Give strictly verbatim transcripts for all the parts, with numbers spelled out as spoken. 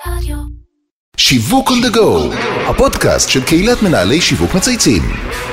שיווק on the go, הפודקאסט של קהילת מנהלי שיווק מצייצים.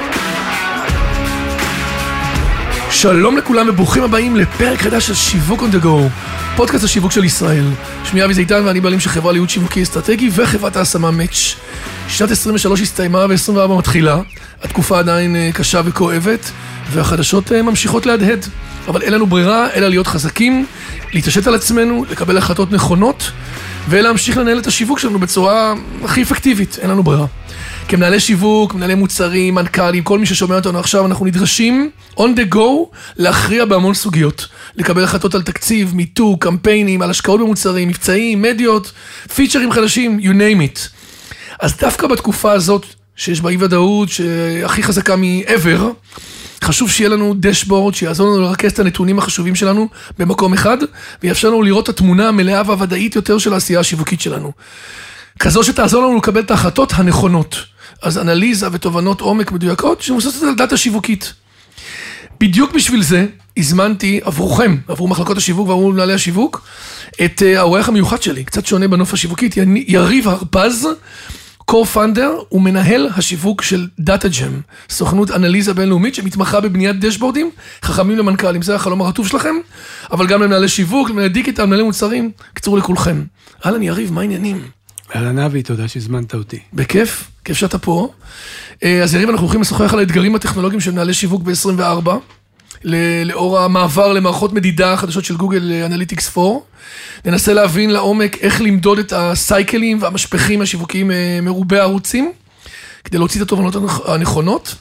שלום לכולם וברוכים הבאים לפרק חדש של שיווק on the go, פודקאסט השיווק של ישראל. שמי אבי זיתן ואני בעלים של חברה לייעוץ שיווקי אסטרטגי וחברת ההשמה מאץ'. שנת עשרים ושלוש הסתיימה ו-עשרים וארבע מתחילה, התקופה עדיין קשה וכואבת והחדשות ממשיכות להדהד. אבל אין לנו ברירה אלא להיות חזקים, להתעשת על עצמנו, לקבל החלטות נכונות ולהמשיך לנהל את השיווק שלנו בצורה הכי אפקטיבית. אין לנו ברירה. כמנהלי שיווק, מנהלי מוצרים, מנכ"לים, כל מי ששומע אותנו עכשיו, אנחנו נדרשים on the go להכריע בהמון סוגיות. לקבל החלטות על תקציב, מיתוג, קמפיינים, על השקעות במוצרים, מבצעים, מדיות, פיצ'רים חדשים, you name it. אז דווקא בתקופה הזאת, שיש בה אי ודאות, שהכי חזקה מ-ever, חשוב שיהיה לנו דשבורד שיעזור לנו לרכז את הנתונים החשובים שלנו במקום אחד, ויאפשר לנו לראות את התמונה המלאה והוודאית יותר של העשייה השיווקית שלנו. כזו שתעזור לנו לקבל את ההחלטות הנכונות. אז אנליזה ותובנות עומק מדויקות שמבוססות על דאטה שיווקית. בדיוק בשביל זה הזמנתי עבורכם, עבור מחלקות השיווק ועבור מנהלי השיווק, את האורח המיוחד שלי, קצת שונה בנוף השיווקית, יריב הרפז, co-founder ומנהל השיווק של דאטה-ג'ם, סוכנות אנליזה בינלאומית שמתמחה בבניית דשבורדים, חכמים למנכ"לים, זה החלום הרטוב שלכם, אבל גם למנהלי שיווק, למנהלי דיגיטל, למנהלי מוצרים, קצרו לכולכם. אהלן יריב, מה העניינים? אהלן אבי, תודה שהזמנת אותי. בכיף, כיף שאתה פה. אז יריב, אנחנו הולכים לשוחח על האתגרים הטכנולוגיים של מנהלי שיווק ב-עשרים וארבע, לאור המעבר למערכות מדידה החדשות של גוגל אנליטיקס ארבע. ננסה להבין לעומק איך למדוד את הסייקלים והמשפחים השיווקיים מרובי הערוצים, כדי להוציא את התובנות הנכונות,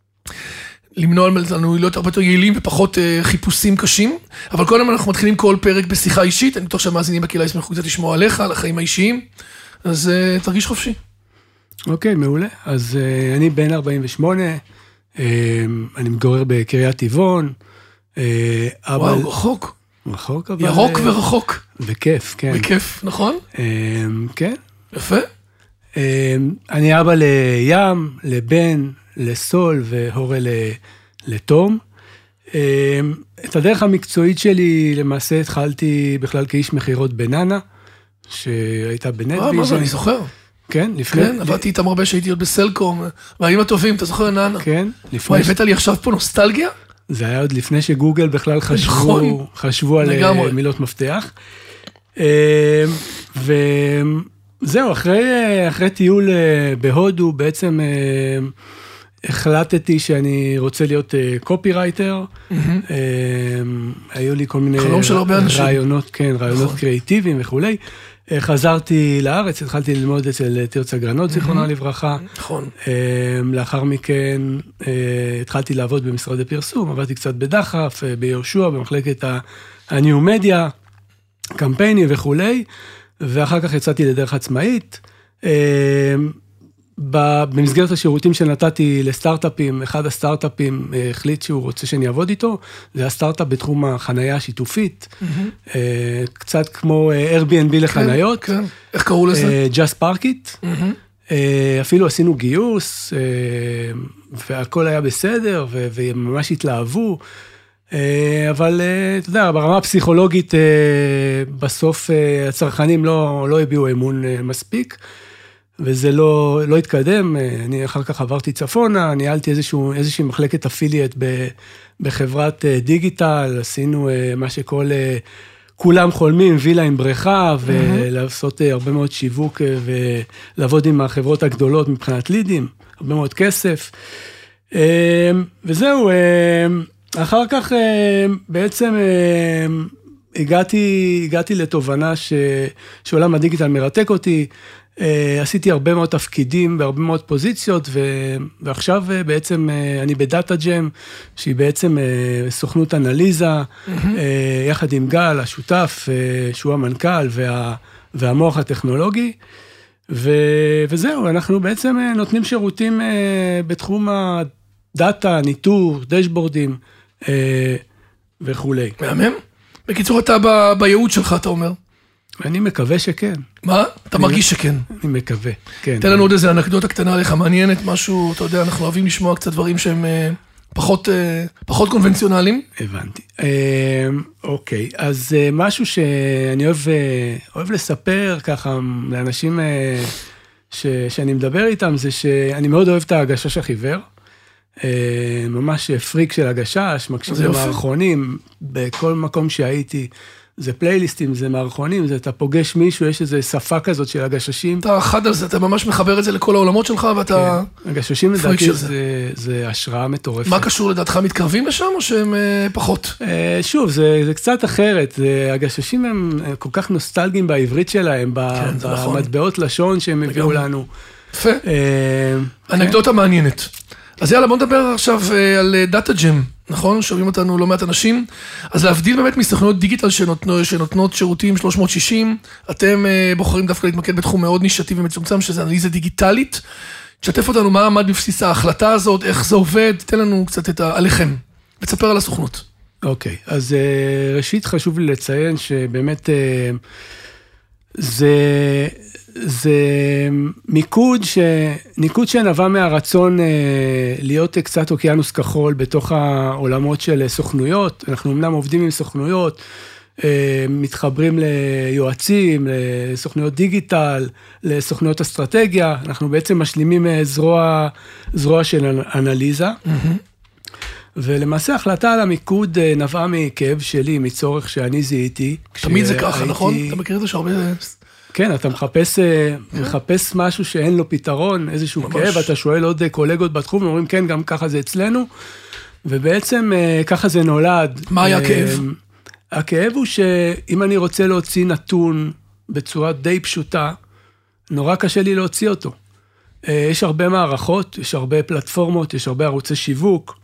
למנוע לנו להיות הרבה יותר יעילים ופחות חיפושים קשים. אבל קודם אנחנו מתחילים כל פרק בשיחה אישית, אני בטוח שהמאזינים בקהילה ישמחו קצת לשמוע עליך, על החיים האישיים, אז תרגיש חופשי. אוקיי, מעולה. אז אני בן ארבעים ושמונה, אני מתגורר בקריית טבעון. וואו, רחוק. רחוק, אבל... ירוק ורחוק. וכיף, כן. וכיף, נכון? כן. יפה. אני אבא לים, לבן, לסול והורה לתום. את הדרך המקצועית שלי, למעשה התחלתי בכלל כאיש מחירות בננה, שהייתה בנטוויז'ן. אה, מה זה, אני זוכר. כן, לפני... כן, עבדתי איתם הרבה שהייתי עוד בסלקום, והאים הטובים, אתה זוכר ננה? כן, לפני... וואי, הבאת לי עכשיו פה נוסטלגיה? זה היה עוד לפני שגוגל בכלל חשבו, חשבו על מילות מפתח. וזהו, אחרי, אחרי טיול בהודו, בעצם החלטתי שאני רוצה להיות קופירייטר. היו לי כל מיני רעיונות, כן, רעיונות קריאיטיביים וכולי. חזרתי לארץ, התחלתי ללמוד אצל תרצה גרנות, זיכרונה לברכה. נכון. לאחר מכן התחלתי לעבוד במשרד הפרסום, עבדתי קצת בדחף, ביהושע, במחלקת הניו מדיה, קמפיינים וכולי, ואחר כך יצאתי לדרך עצמאית. במסגרת השירותים שנתתי לסטארט-אפים, אחד הסטארט-אפים החליט שהוא רוצה שאני אעבוד איתו, זה הסטארט-אפ בתחום החנייה השיתופית, קצת כמו Airbnb לחניות. כן, איך קראו לזה? Just Park It. אפילו עשינו גיוס, והכל היה בסדר, וממש התלהבו, אבל אתה יודע, ברמה הפסיכולוגית, בסוף הצרכנים לא הביאו אמון מספיק, וזה לא, לא התקדם. אני אחר כך עברתי צפונה, ניהלתי איזשהו, איזושהי מחלקת אפיליאט בחברת דיגיטל, עשינו מה שכל, כולם חולמים, וילה עם בריכה, ולעשות הרבה מאוד שיווק, ולעבוד עם החברות הגדולות מבחינת לידים, הרבה מאוד כסף. וזהו, אחר כך בעצם הגעתי, הגעתי לתובנה ש, שעולם הדיגיטל מרתק אותי, עשיתי הרבה מאוד תפקידים בהרבה מאוד פוזיציות, ועכשיו בעצם אני בדאטה-ג'ם, שהיא בעצם סוכנות אנליזה, יחד עם גל, השותף, שהוא המנכ"ל והמוח הטכנולוגי, וזהו, אנחנו בעצם נותנים שירותים בתחום הדאטה, ניטור, דשבורדים וכולי. מהמם? בקיצור, אתה בייעוד שלך, אתה אומר. אני מקווה שכן. מה? אתה מרגיש שכן. אני מקווה, כן. תן לנו עוד איזה אנקדוטה קטנה עליך, מעניינת, משהו, אתה יודע, אנחנו אוהבים לשמוע קצת דברים שהם פחות, פחות קונבנציונליים. הבנתי. אוקיי, אז משהו שאני אוהב, אוהב לספר ככה לאנשים ש, שאני מדבר איתם, זה שאני מאוד אוהב את הגשש החיוור. ממש פריק של הגשש, מקשיב למערכונים, בכל מקום שהייתי, זה פלייליסטים, זה מערכונים, זה אתה פוגש מישהו, יש איזו שפה כזאת של הגששים. אתה חד על זה, אתה ממש מחבר את זה לכל העולמות שלך, ואתה... כן. הגששים לדעתי זה, זה השראה מטורפת. מה קשור לדעתך, מתקרבים לשם או שהם פחות? שוב, זה, זה קצת אחרת, זה, הגששים הם כל כך נוסטלגיים בעברית שלהם, כן, במטבעות נכון. לשון שהם הביאו לנו. יפה, אנקדוטה מעניינת. אז יאללה, בוא נדבר עכשיו על דאטה ג'ם, נכון? שומעים אותנו לא מעט אנשים. אז להבדיל באמת מסוכנויות דיגיטל שנותנות, שנותנות שירותים שלוש מאות שישים, אתם בוחרים דווקא להתמקד בתחום מאוד נישתי ומצומצם, שזה אנליזה דיגיטלית. תשתף אותנו מה עמד בבסיס ההחלטה הזאת, איך זה עובד, תן לנו קצת את עליכם, ותספר על הסוכנות. אוקיי, אז ראשית חשוב לי לציין שבאמת זה... זה מיקוד, ש... ניקוד שנבע מהרצון להיות קצת אוקיינוס כחול בתוך העולמות של סוכנויות. אנחנו אמנם עובדים עם סוכנויות, מתחברים ליועצים, לסוכנויות דיגיטל, לסוכנויות אסטרטגיה. אנחנו בעצם משלימים זרוע, זרוע של אנליזה. ולמעשה ההחלטה על המיקוד נבעה מכאב שלי, מצורך שאני זיהיתי. תמיד זה ככה, נכון? אתה מכיר את זה שהרבה... כן, אתה מחפש, מחפש משהו שאין לו פתרון, איזשהו ממש. כאב, אתה שואל עוד קולגות בתחום, ואומרים, כן, גם ככה זה אצלנו, ובעצם ככה זה נולד. מה היה הכאב? הכאב הוא שאם אני רוצה להוציא נתון בצורה די פשוטה, נורא קשה לי להוציא אותו. יש הרבה מערכות, יש הרבה פלטפורמות, יש הרבה ערוצי שיווק,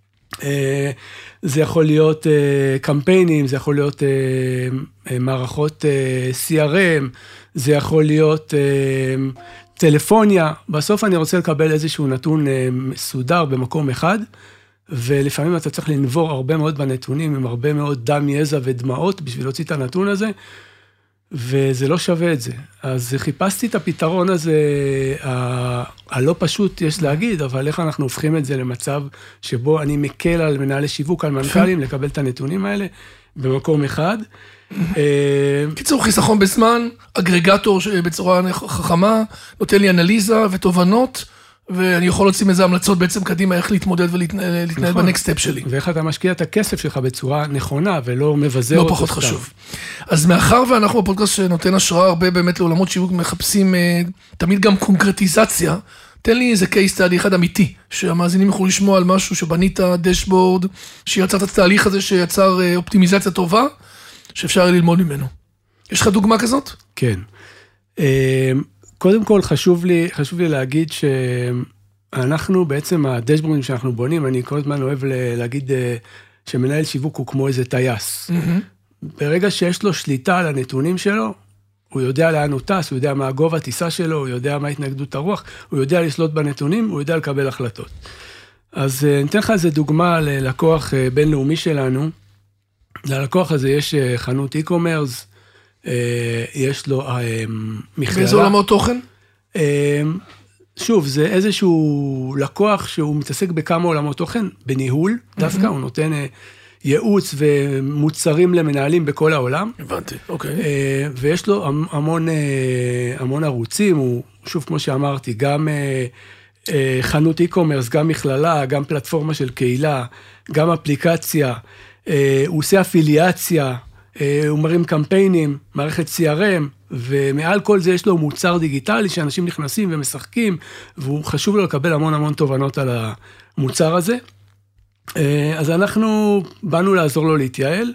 זה יכול להיות קמפיינים, זה יכול להיות מערכות סי אר אם, זה יכול להיות טלפוניה. בסוף אני רוצה לקבל איזשהו נתון מסודר במקום אחד, ולפעמים אתה צריך לנבור הרבה מאוד בנתונים, עם הרבה מאוד דם, יזע ודמעות, בשביל להוציא את הנתון הזה, וזה לא שווה את זה. אז חיפשתי את הפתרון הזה, הלא פשוט יש להגיד, אבל איך אנחנו הופכים את זה למצב שבו אני מקל על מנהלי שיווק, על מנכ"לים, לקבל את הנתונים האלה במקום אחד. קיצור, חיסכון בזמן, אגרגטור בצורה חכמה, נותן לי אנליזה ותובנות, ואני יכול להוציא מזה המלצות בעצם קדימה, איך להתמודד ולהתנהל בנקסט סטפ שלי. ואיך אתה משקיע את הכסף שלך בצורה נכונה, ולא מבזר אותו. לא פחות חשוב. אז מאחר ואנחנו בפודקאסט שנותן השראה הרבה באמת לעולמות שיווק, מחפשים תמיד גם קונקרטיזציה, תן לי איזה קייס סטאדי אחד אמיתי, שהמאזינים יוכלו לשמוע על משהו שבנית דשבורד, שיצר את התהליך הזה שיצר אופטימיזציה טובה, שאפשר ללמוד ממנו. יש לך דוגמה כזאת? כן. קודם כל חשוב לי, חשוב לי להגיד שאנחנו בעצם הדשבורדים שאנחנו בונים, אני כל הזמן אוהב להגיד שמנהל שיווק הוא כמו איזה טייס. Mm-hmm. ברגע שיש לו שליטה על הנתונים שלו, הוא יודע לאן הוא טס, הוא יודע מה הגובה הטיסה שלו, הוא יודע מה התנגדות הרוח, הוא יודע לשלוט בנתונים, הוא יודע לקבל החלטות. אז ניתן לך איזה דוגמה ללקוח בינלאומי שלנו. ללקוח הזה יש חנות אי-קומרס, יש לו מכללה. באיזה עולמות תוכן? שוב, זה איזשהו לקוח שהוא מתעסק בכמה עולמות תוכן, בניהול, דווקא הוא נותן ייעוץ ומוצרים למנהלים בכל העולם. הבנתי, אוקיי. ויש לו המון, המון ערוצים, הוא, שוב, כמו שאמרתי, גם חנות אי-קומרס, גם מכללה, גם פלטפורמה של קהילה, גם אפליקציה, הוא עושה אפיליאציה, הוא מרים קמפיינים, מערכת סי אר אם, ומעל כל זה יש לו מוצר דיגיטלי שאנשים נכנסים ומשחקים, והוא חשוב לו לקבל המון המון תובנות על המוצר הזה. אז אנחנו באנו לעזור לו להתייעל,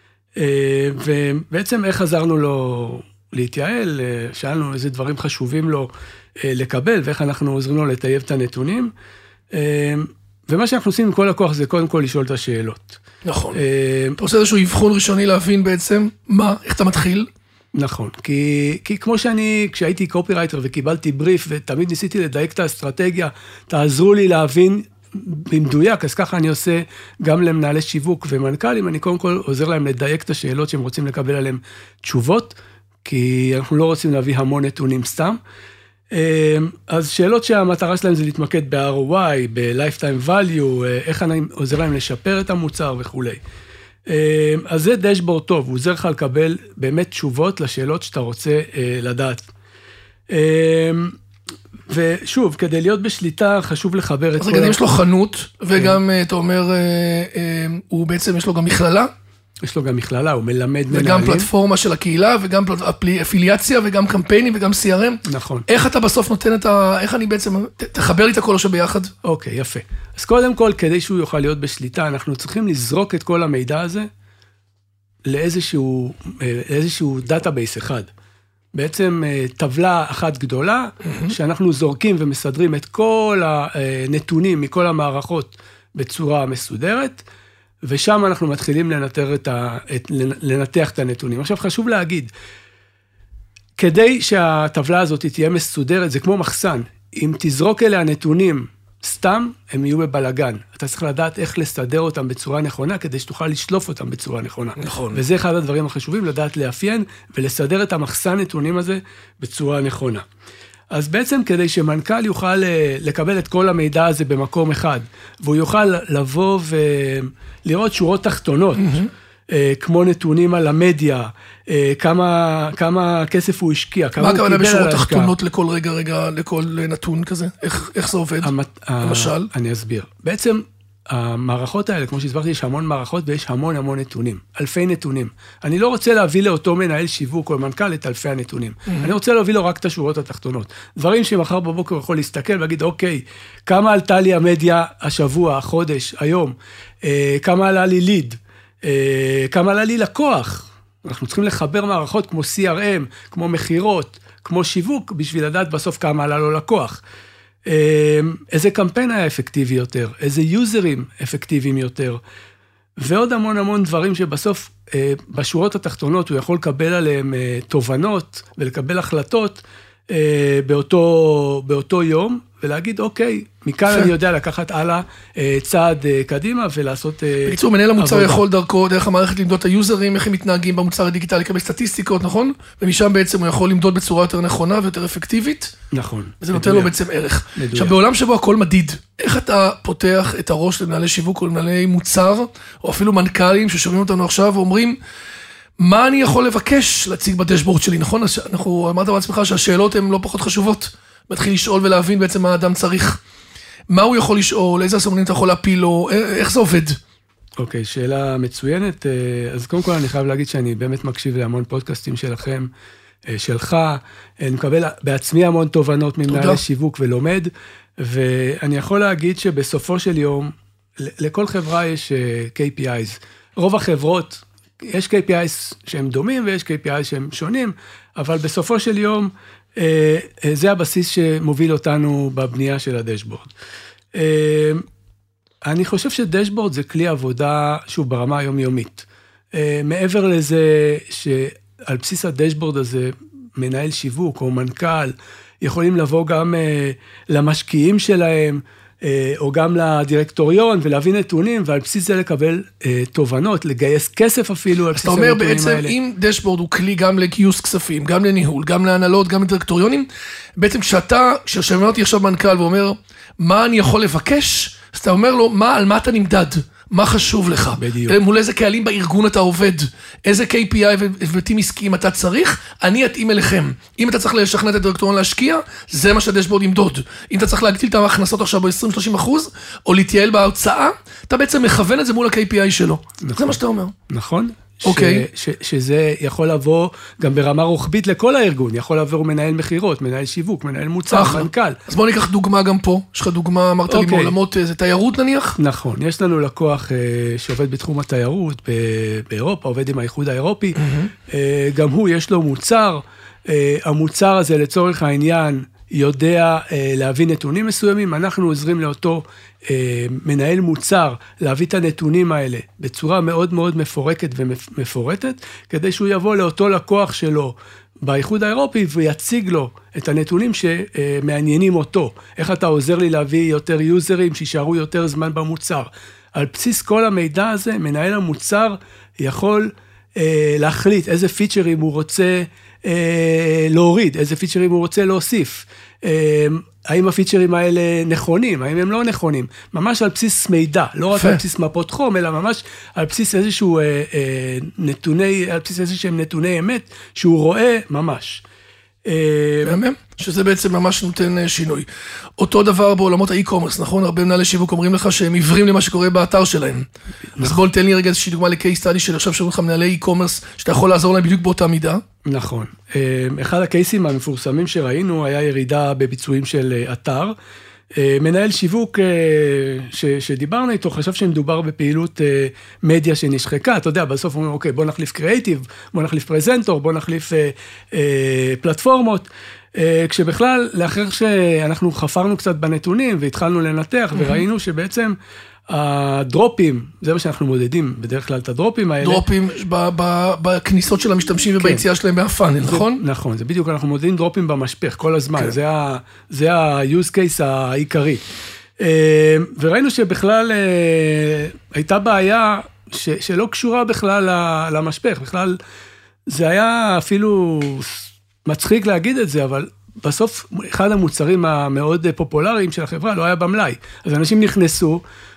ובעצם איך עזרנו לו להתייעל, שאלנו איזה דברים חשובים לו לקבל, ואיך אנחנו עוזרים לו לטייב את הנתונים, ומה שאנחנו עושים עם כל לקוח זה קודם כל לשאול את השאלות. נכון. אתה עושה איזשהו אבחון ראשוני להבין בעצם מה, איך אתה מתחיל? נכון, כי, כי כמו שאני, כשהייתי קופירייטר וקיבלתי בריף, ותמיד ניסיתי לדייק את האסטרטגיה, תעזרו לי להבין במדויק, אז ככה אני עושה גם למנהלי שיווק ומנכ"לים, אני קודם כל עוזר להם לדייק את השאלות שהם רוצים לקבל עליהם תשובות, כי אנחנו לא רוצים להביא המון נתונים סתם, אז שאלות שהמטרה שלהם זה להתמקד ב-אר או וואי, ב-Lifetime Value, איך אני עוזר להם לשפר את המוצר וכו'. אז זה דשבורד טוב, הוא עוזר לך לקבל באמת תשובות לשאלות שאתה רוצה לדעת. ושוב, כדי להיות בשליטה, חשוב לחבר את כל... אז רגע, יש לו חנות, וגם, אתה אומר, הוא בעצם, יש לו גם מכללה? יש לו גם מכללה, הוא מלמד מנהלים. וגם פלטפורמה של הקהילה, וגם אפיליאציה, וגם קמפיינים, וגם סי אר אם. נכון. איך אתה בסוף נותן את ה... איך אני בעצם... תחבר לי את הכל שביחד. אוקיי, יפה. אז קודם כל, כדי שהוא יוכל להיות בשליטה, אנחנו צריכים לזרוק את כל המידע הזה לאיזשהו, לאיזשהו דאטאבייס אחד. בעצם טבלה אחת גדולה, שאנחנו זורקים ומסדרים את כל הנתונים מכל המערכות בצורה מסודרת, ושם אנחנו מתחילים לנתח את, ה, את, לנתח את הנתונים. עכשיו חשוב להגיד, כדי שהטבלה הזאת תהיה מסודרת, זה כמו מחסן. אם תזרוק אליה נתונים סתם, הם יהיו בבלגן. אתה צריך לדעת איך לסדר אותם בצורה נכונה, כדי שתוכל לשלוף אותם בצורה נכונה. נכון. וזה אחד הדברים החשובים, לדעת לאפיין ולסדר את המחסן נתונים הזה בצורה נכונה. אז בעצם כדי שמנכ"ל יוכל לקבל את כל המידע הזה במקום אחד, והוא יוכל לבוא ולראות שורות תחתונות, mm-hmm. כמו נתונים על המדיה, כמה, כמה כסף הוא השקיע, כמה הוא קיבל על ההשקעה. מה הכוונה בשורות תחתונות לכל רגע, רגע, לכל נתון כזה? איך, איך זה עובד? המת... למשל? אני אסביר. בעצם, המערכות האלה, כמו שהסברתי, יש המון מערכות ויש המון המון נתונים, אלפי נתונים. אני לא רוצה להביא לאותו מנהל שיווק או מנכ"ל את אלפי הנתונים. Mm-hmm. אני רוצה להביא לו רק את השורות התחתונות. דברים שמחר בבוקר יכול להסתכל ולהגיד, אוקיי, כמה עלתה לי המדיה השבוע, החודש, היום, אה, כמה עלה לי ליד, אה, כמה עלה לי לקוח. אנחנו צריכים לחבר מערכות כמו סי אר אם, כמו מחירות, כמו שיווק, בשביל לדעת בסוף כמה עלה לו לקוח. איזה קמפיין היה אפקטיבי יותר, איזה יוזרים אפקטיביים יותר, ועוד המון המון דברים שבסוף בשורות התחתונות הוא יכול לקבל עליהם תובנות ולקבל החלטות באותו, באותו יום, ולהגיד אוקיי, מכאן אני יודע לקחת הלאה צעד קדימה ולעשות עבודה. בקיצור, מנהל המוצר יכול דרכו, דרך המערכת למדוד את היוזרים, איך הם מתנהגים במוצר הדיגיטלי, לקבל סטטיסטיקות, נכון? ומשם בעצם הוא יכול למדוד בצורה יותר נכונה ויותר אפקטיבית. נכון. וזה נותן לו בעצם ערך. עכשיו, בעולם שבו הכל מדיד, איך אתה פותח את הראש למנהלי שיווק או למנהלי מוצר, או אפילו מנכ"לים ששומעים אותנו עכשיו ואומרים, מה אני יכול לבקש להציג בדשבורד שלי, נכון? אנחנו אמרת בעצמך שהשאלות הן לא פחות חשובות. מתחיל לשאול ולהבין בעצם מה האדם צריך. מה הוא יכול לשאול, איזה הסמנים אתה יכול להפיל לו, איך זה עובד? אוקיי, שאלה מצוינת. אז קודם כל אני חייב להגיד שאני באמת מקשיב להמון פודקאסטים שלכם, שלך. אני מקבל בעצמי המון תובנות ממנהלי שיווק ולומד, ואני יכול להגיד שבסופו של יום, לכל חברה יש קיי פי איז. רוב החברות, יש קיי פי איז שהם דומים ויש קיי פי איז שהם שונים, אבל בסופו של יום, זה הבסיס שמוביל אותנו בבנייה של הדשבורד. אני חושב שדשבורד זה כלי עבודה, שוב, ברמה היומיומית. מעבר לזה שעל בסיס הדשבורד הזה, מנהל שיווק או מנכ"ל, יכולים לבוא גם למשקיעים שלהם, או גם לדירקטוריון, ולהביא נתונים, ועל בסיס זה לקבל תובנות, לגייס כסף אפילו על בסיס הנתונים האלה. אתה אומר בעצם, אם דשבורד הוא כלי גם לגיוס כספים, גם לניהול, גם להנהלות, גם לדירקטוריונים, בעצם כשאתה, כששמעתי עכשיו מנכ"ל ואומר, מה אני יכול לבקש, אז אתה אומר לו, מה, על מה אתה נמדד? מה חשוב לך? בדיוק. מול איזה קהלים בארגון אתה עובד, איזה קיי פי איי ובתים עסקיים אתה צריך, אני אתאים אליכם. אם אתה צריך לשכנע את הדירקטוריון להשקיע, זה מה שהדשבורד ימדוד. אם אתה צריך להגדיל את ההכנסות עכשיו ב-עשרים שלושים אחוז, או להתייעל בהוצאה, אתה בעצם מכוון את זה מול ה-קיי פי איי שלו. נכון. זה מה שאתה אומר. נכון. אוקיי. ש, ש, שזה יכול לבוא גם ברמה רוחבית לכל הארגון, יכול לעבור מנהל מחירות, מנהל שיווק, מנהל מוצר, מנכ"ל. אז בוא ניקח דוגמה גם פה, יש לך דוגמה, אמרת לי מעולמות, זה תיירות נניח? נכון, יש לנו לקוח שעובד בתחום התיירות באירופה, עובד עם האיחוד האירופי, גם הוא יש לו מוצר, המוצר הזה לצורך העניין יודע להביא נתונים מסוימים, אנחנו עוזרים לאותו מנהל מוצר להביא את הנתונים האלה בצורה מאוד מאוד מפורקת ומפורטת, כדי שהוא יבוא לאותו לקוח שלו באיחוד האירופי ויציג לו את הנתונים שמעניינים אותו. איך אתה עוזר לי להביא יותר יוזרים שישארו יותר זמן במוצר. על בסיס כל המידע הזה, מנהל המוצר יכול להחליט איזה פיצ'רים הוא רוצה להוריד, איזה פיצ'רים הוא רוצה להוסיף. האם הפיצ'רים האלה נכונים, האם הם לא נכונים, ממש על בסיס מידע, לא רק על בסיס מפות חום, אלא ממש על בסיס איזשהו נתוני, על בסיס איזשהם נתוני אמת, שהוא רואה ממש. מהמם, שזה בעצם ממש נותן שינוי. אותו דבר בעולמות האי-קומרס, נכון? הרבה מנהלי שיווק אומרים לך שהם עיוורים למה שקורה באתר שלהם. אז בוא תן לי רגע איזושהי דוגמה לקייס סטאדי של עכשיו שאומרים לך מנהלי אי-קומרס, שאתה יכול לעזור להם בדיוק באותה מידה. נכון. אחד הקייסים המפורסמים שראינו היה ירידה בביצועים של אתר. מנהל שיווק ש, שדיברנו איתו, חשב שמדובר בפעילות מדיה שנשחקה, אתה יודע, בסוף אומרים, אוקיי, בוא נחליף קריאיטיב, בוא נחליף פרזנטור, בוא נחליף אה, אה, פלטפורמות, אה, כשבכלל, לאחר שאנחנו חפרנו קצת בנתונים, והתחלנו לנתח, וראינו שבעצם הדרופים, זה מה שאנחנו מודדים, בדרך כלל את הדרופים האלה. דרופים בכניסות של המשתמשים וביציאה שלהם מהפאנל, נכון? נכון, זה בדיוק, אנחנו מודדים דרופים במשפך כל הזמן, זה ה-use case העיקרי. וראינו שבכלל הייתה בעיה שלא קשורה בכלל למשפך, בכלל זה היה אפילו מצחיק להגיד את זה, אבל בסוף אחד המוצרים המאוד פופולריים של החברה לא היה במלאי, אז אנשים נכנסו,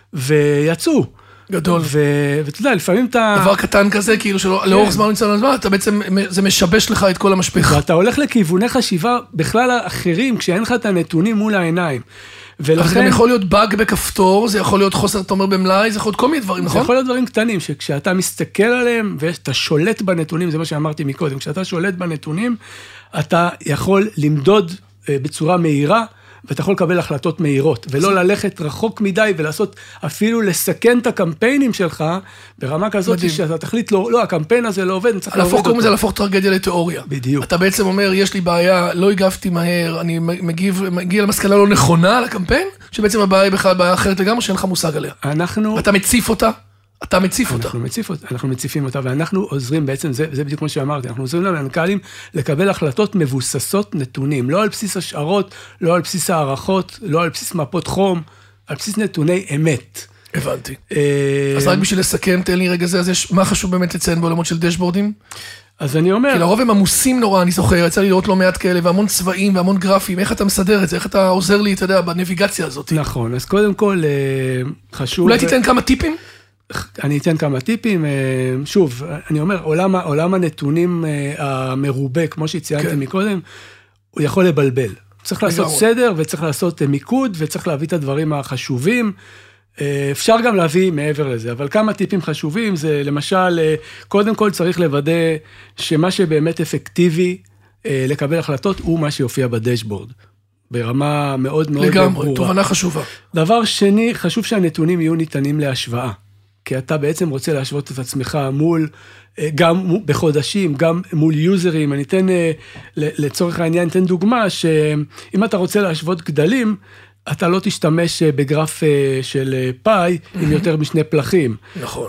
ויצאו. גדול. ואתה יודע, לפעמים אתה... דבר קטן כזה, כאילו שלאורך זמן נמצא לזמן, אתה בעצם, זה משבש לך את כל המשפך. ואתה הולך לכיווני חשיבה בכלל אחרים, כשאין לך את הנתונים מול העיניים. ולכן... זה גם יכול להיות באג בכפתור, זה יכול להיות חוסר תומר במלאי, זה יכול להיות כל מיני דברים, נכון? זה יכול להיות דברים קטנים, שכשאתה מסתכל עליהם, ואתה שולט בנתונים, זה מה שאמרתי מקודם, כשאתה שולט בנתונים, אתה יכול למדוד בצורה מהירה, ואתה יכול לקבל החלטות מהירות, ולא ללכת רחוק מדי, ולעשות אפילו לסכן את הקמפיינים שלך, ברמה כזאת שאתה תחליט, לא, לא, הקמפיין הזה לא עובד, אני צריך להפוך, קוראים לזה להפוך טרגדיה לתיאוריה. בדיוק. אתה בעצם אומר, יש לי בעיה, לא הגבתי מהר, אני מגיב, מגיע למסקנה לא נכונה על הקמפיין, שבעצם הבעיה היא בכלל בעיה אחרת לגמרי, שאין לך מושג עליה. אנחנו... אתה מציף אותה, אתה מציף אותה. אנחנו מציף אותה, אנחנו מציפים אותה, ואנחנו עוזרים בעצם, זה, זה בדיוק כמו שאמרתי, אנחנו עוזרים למנכ"לים לקבל החלטות מבוססות נתונים, לא על בסיס השערות, לא על בסיס הערכות, לא על בסיס מפות חום, על בסיס נתוני אמת. הבנתי. אז רק בשביל לסכם, תן לי רגע זה, אז יש, מה חשוב באמת לציין בעולמות של דשבורדים? אז אני אומר... כי לרוב הם עמוסים נורא, אני זוכר, יצא לי לראות לא מעט כאלה, והמון צבעים והמון גרפים, איך אתה מסדר את זה, איך אתה עוזר לי, אתה יודע, בנביגציה הזאת. נכון, אז קודם כל, חשוב... אולי תיתן כמה טיפים? אני אתן כמה טיפים, שוב, אני אומר, עולם, עולם הנתונים המרובה, כמו שציינתי כן. מקודם, הוא יכול לבלבל. צריך לעשות סדר, וצריך לעשות מיקוד, וצריך להביא את הדברים החשובים, אפשר גם להביא מעבר לזה, אבל כמה טיפים חשובים, זה למשל, קודם כל צריך לוודא, שמה שבאמת אפקטיבי, לקבל החלטות, הוא מה שיופיע בדשבורד. ברמה מאוד מאוד ברורה. לגמרי, תובנה חשובה. דבר שני, חשוב שהנתונים יהיו ניתנים להשוואה. כי אתה בעצם רוצה להשוות את עצמך מול, גם בחודשים, גם מול יוזרים. אני אתן, לצורך העניין, אתן דוגמה, שאם אתה רוצה להשוות גדלים, אתה לא תשתמש בגרף של פאי, עם יותר משני פלחים. נכון.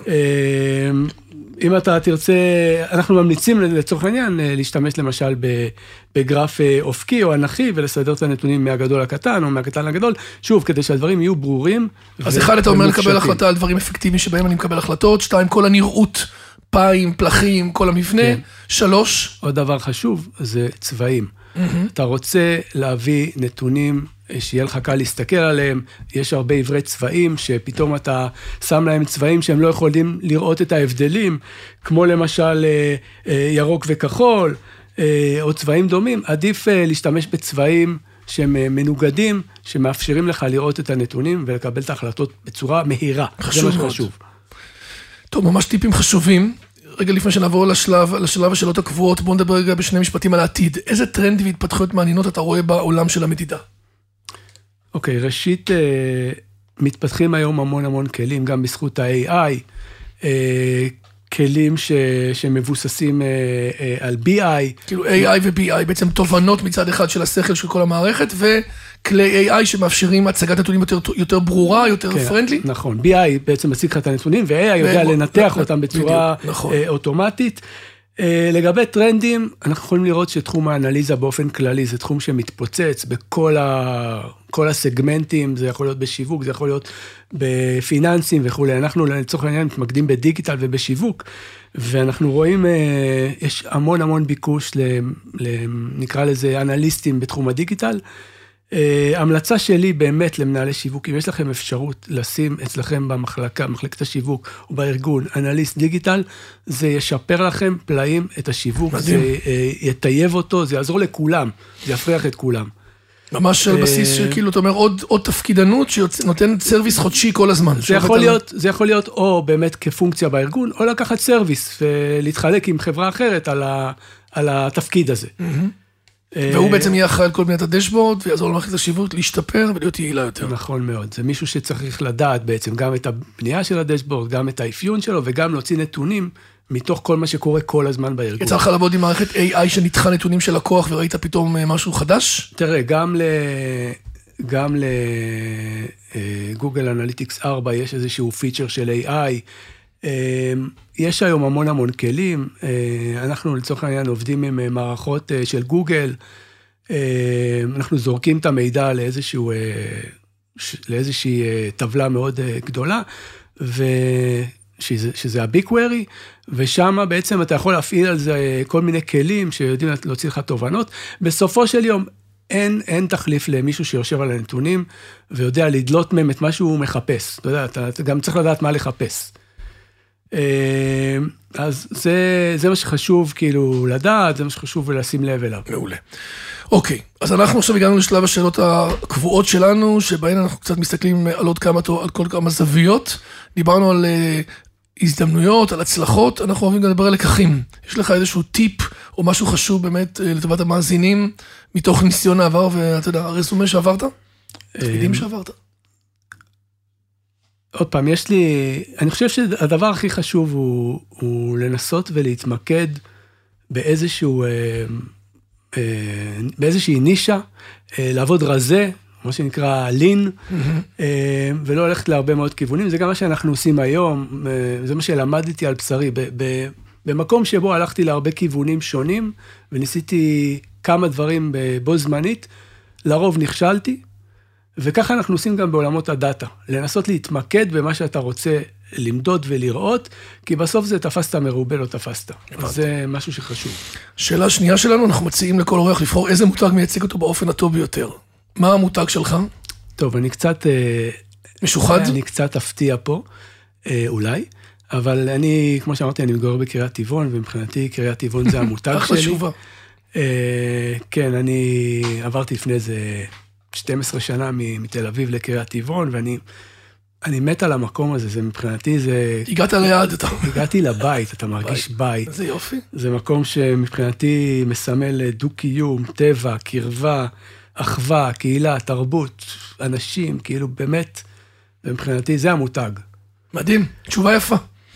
אם אתה תרצה, אנחנו ממליצים לצורך העניין, להשתמש למשל בגרף אופקי או אנכי, ולסדר את הנתונים מהגדול לקטן, או מהקטן לגדול, שוב, כדי שהדברים יהיו ברורים. אז אחד, אתה אומר לקבל החלטה על דברים אפקטיביים שבהם אני מקבל החלטות, שתיים, כל הנראות, פאים, פלחים, כל המבנה, שלוש. עוד דבר חשוב, זה צבעים. אתה רוצה להביא נתונים שיהיה לך קל להסתכל עליהם, יש הרבה עברי צבעים, שפתאום אתה שם להם צבעים שהם לא יכולים לראות את ההבדלים, כמו למשל ירוק וכחול, או צבעים דומים, עדיף להשתמש בצבעים שהם מנוגדים, שמאפשרים לך לראות את הנתונים, ולקבל את ההחלטות בצורה מהירה. חשוב מאוד. טוב, ממש טיפים חשובים. רגע לפני שנעבור לשלב, לשלב השאלות הקבועות, בואו נדבר רגע בשני משפטים על העתיד. איזה טרנד והתפתחויות מעניינות אתה רואה בעולם של המדידה? אוקיי, ראשית, מתפתחים היום המון המון כלים, גם בזכות ה-איי איי, כלים ש, שמבוססים על בי איי. כאילו איי איי ו-בי איי, בעצם תובנות מצד אחד של השכל של כל המערכת, וכלי איי איי שמאפשרים הצגת נתונים יותר, יותר ברורה, יותר כן, פרנדלי. נכון, בי איי בעצם מציג לך את הנתונים, ו-איי איי יודע לנתח אותם בצורה נכון. אוטומטית. לגבי טרנדים, אנחנו יכולים לראות שתחום האנליזה באופן כללי, זה תחום שמתפוצץ בכל ה... כל הסגמנטים, זה יכול להיות בשיווק, זה יכול להיות בפיננסים וכו'. אנחנו לצורך העניין מתמקדים בדיגיטל ובשיווק, ואנחנו רואים, יש המון המון ביקוש, נקרא לזה אנליסטים בתחום הדיגיטל. המלצה שלי באמת למנהלי שיווק, אם יש לכם אפשרות לשים אצלכם במחלקה, מחלקת השיווק או בארגון, אנליסט דיגיטל, זה ישפר לכם פלאים את השיווק, מדהים. זה יטייב אותו, זה יעזור לכולם, זה יפריח את כולם. ממש על בסיס שכאילו, אתה אומר, עוד, עוד תפקידנות שנותנת סרוויס חודשי כל הזמן. זה יכול להיות, זה יכול להיות או באמת כפונקציה בארגון, או לקחת סרוויס ולהתחלק עם חברה אחרת על ה, על התפקיד הזה. והוא בעצם יהיה אחראי על כל בניית הדשבורד, ויעזור למערכת השיווק להשתפר ולהיות יעילה יותר. נכון מאוד. זה מישהו שצריך לדעת בעצם גם את הבנייה של הדשבורד, גם את האפיון שלו, וגם להוציא נתונים מתוך כל מה שקורה כל הזמן בארגון. יצא לך לעבוד עם מערכת איי איי שניתחה נתונים של לקוח, וראית פתאום משהו חדש? תראה, גם ל... גם לגוגל אנליטיקס ארבע יש איזשהו פיצ'ר של איי איי, יש היום המון המון כלים, אנחנו לצורך העניין עובדים עם מערכות של גוגל, אנחנו זורקים את המידע לאיזשהו, לאיזושהי טבלה מאוד גדולה, ושזה, שזה ה-BigQuery, ושם בעצם אתה יכול להפעיל על זה כל מיני כלים שיודעים להוציא לך תובנות. בסופו של יום אין, אין תחליף למישהו שיושב על הנתונים, ויודע לדלות מהם את מה שהוא מחפש. אתה יודע, אתה, אתה גם צריך לדעת מה לחפש. אז זה, זה מה שחשוב כאילו לדעת, זה מה שחשוב לשים לב אליו. מעולה. אוקיי, אז אנחנו עכשיו הגענו לשלב השאלות הקבועות שלנו, שבהן אנחנו קצת מסתכלים על עוד כמה, על כל כמה זוויות. דיברנו על הזדמנויות, על הצלחות, אנחנו אוהבים לדבר על לקחים. יש לך איזשהו טיפ או משהו חשוב באמת לטובת המאזינים, מתוך ניסיון העבר, ואתה יודע, הרזומה שעברת? תפקידים שעברת? עוד פעם, יש לי, אני חושב שהדבר הכי חשוב הוא, הוא לנסות ולהתמקד באיזשהו, באיזושהי נישה, לעבוד רזה, מה שנקרא לין, ולא ללכת להרבה מאוד כיוונים. זה גם מה שאנחנו עושים היום, זה מה שלמדתי על בשרי. במקום שבו הלכתי להרבה כיוונים שונים, וניסיתי כמה דברים בו זמנית, לרוב נכשלתי, וככה אנחנו עושים גם בעולמות הדאטה, לנסות להתמקד במה שאתה רוצה למדוד ולראות, כי בסוף זה תפסת מרובה, לא תפסת. זה משהו שחשוב. שאלה שנייה שלנו, אנחנו מציעים לכל אורח לבחור איזה מותג מייצג אותו באופן הטוב ביותר. מה המותג שלך? טוב, אני קצת... משוחד? אני קצת אפתיע פה, אולי, אבל אני, כמו שאמרתי, אני מגורר בקריית טבעון, ומבחינתי קריית טבעון זה המותג שלי. חשובה. כן, אני עברתי לפני איזה שתים עשרה שנה מתל אביב לקריית טבעון, ואני אני מת על המקום הזה, זה מבחינתי זה... הגעת ליעד, אתה... הגעתי לבית, אתה מרגיש בית. זה יופי. זה מקום שמבחינתי מסמל דו-קיום, טבע, קרבה, אחווה, קהילה, תרבות, אנשים, כאילו באמת, ומבחינתי זה המותג. מדהים, תשובה יפה.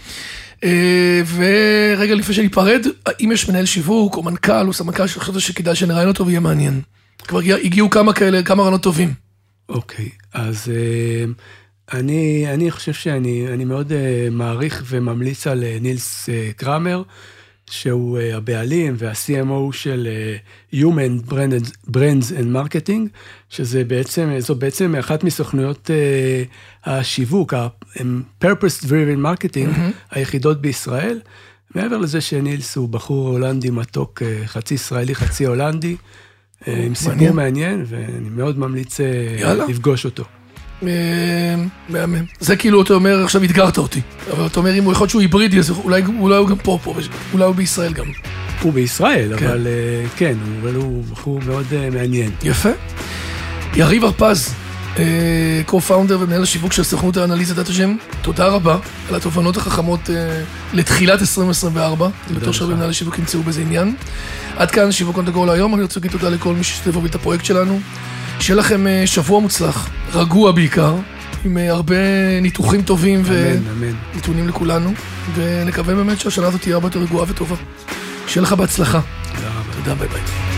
ורגע לפני שניפרד, האם יש מנהל שיווק או מנכ"ל או סמנכ"ל שחשבת שכדאי שנראיין אותו ויהיה מעניין? כבר הגיעו כמה כאלה, כמה רעיונות טובים. אוקיי, אז אני, אני חושב שאני, אני מאוד מעריך וממליץ על נילס קרמר, שהוא הבעלים וה-סי אם או של Human Brands and Marketing, שזה בעצם, זו בעצם אחת מסוכנויות השיווק, ה-Purpose Driven Marketing, היחידות בישראל. מעבר לזה שנילס הוא בחור הולנדי מתוק, חצי ישראלי, חצי הולנדי, עם סיפור מעניין, ואני מאוד ממליץ לפגוש אותו. מהמם. זה כאילו, אתה אומר, עכשיו התגרת אותי. אבל אתה אומר, אם הוא יכול שהוא היברידי, אז אולי הוא גם פה, אולי הוא בישראל גם. הוא בישראל, אבל כן, הוא בחור מאוד מעניין. יפה. יריב הרפז, קו-פאונדר ומנהל השיווק של סוכנות האנליזה דאטה ג'ם, תודה רבה על התובנות החכמות לתחילת עשרים עשרים וארבע. אני בטוח שהרבה מנהל השיווק ימצאו בזה עניין. עד כאן שיווק on the go להיום, אני רוצה להגיד תודה לכל מי ששתף הוביל את הפרויקט שלנו. שיהיה לכם שבוע מוצלח, רגוע בעיקר, עם הרבה ניתוחים טובים ונתונים לכולנו, ונקווה באמת שהשנה הזאת תהיה הרבה יותר רגועה וטובה. שיהיה לך בהצלחה. תודה רבה. תודה, ביי ביי.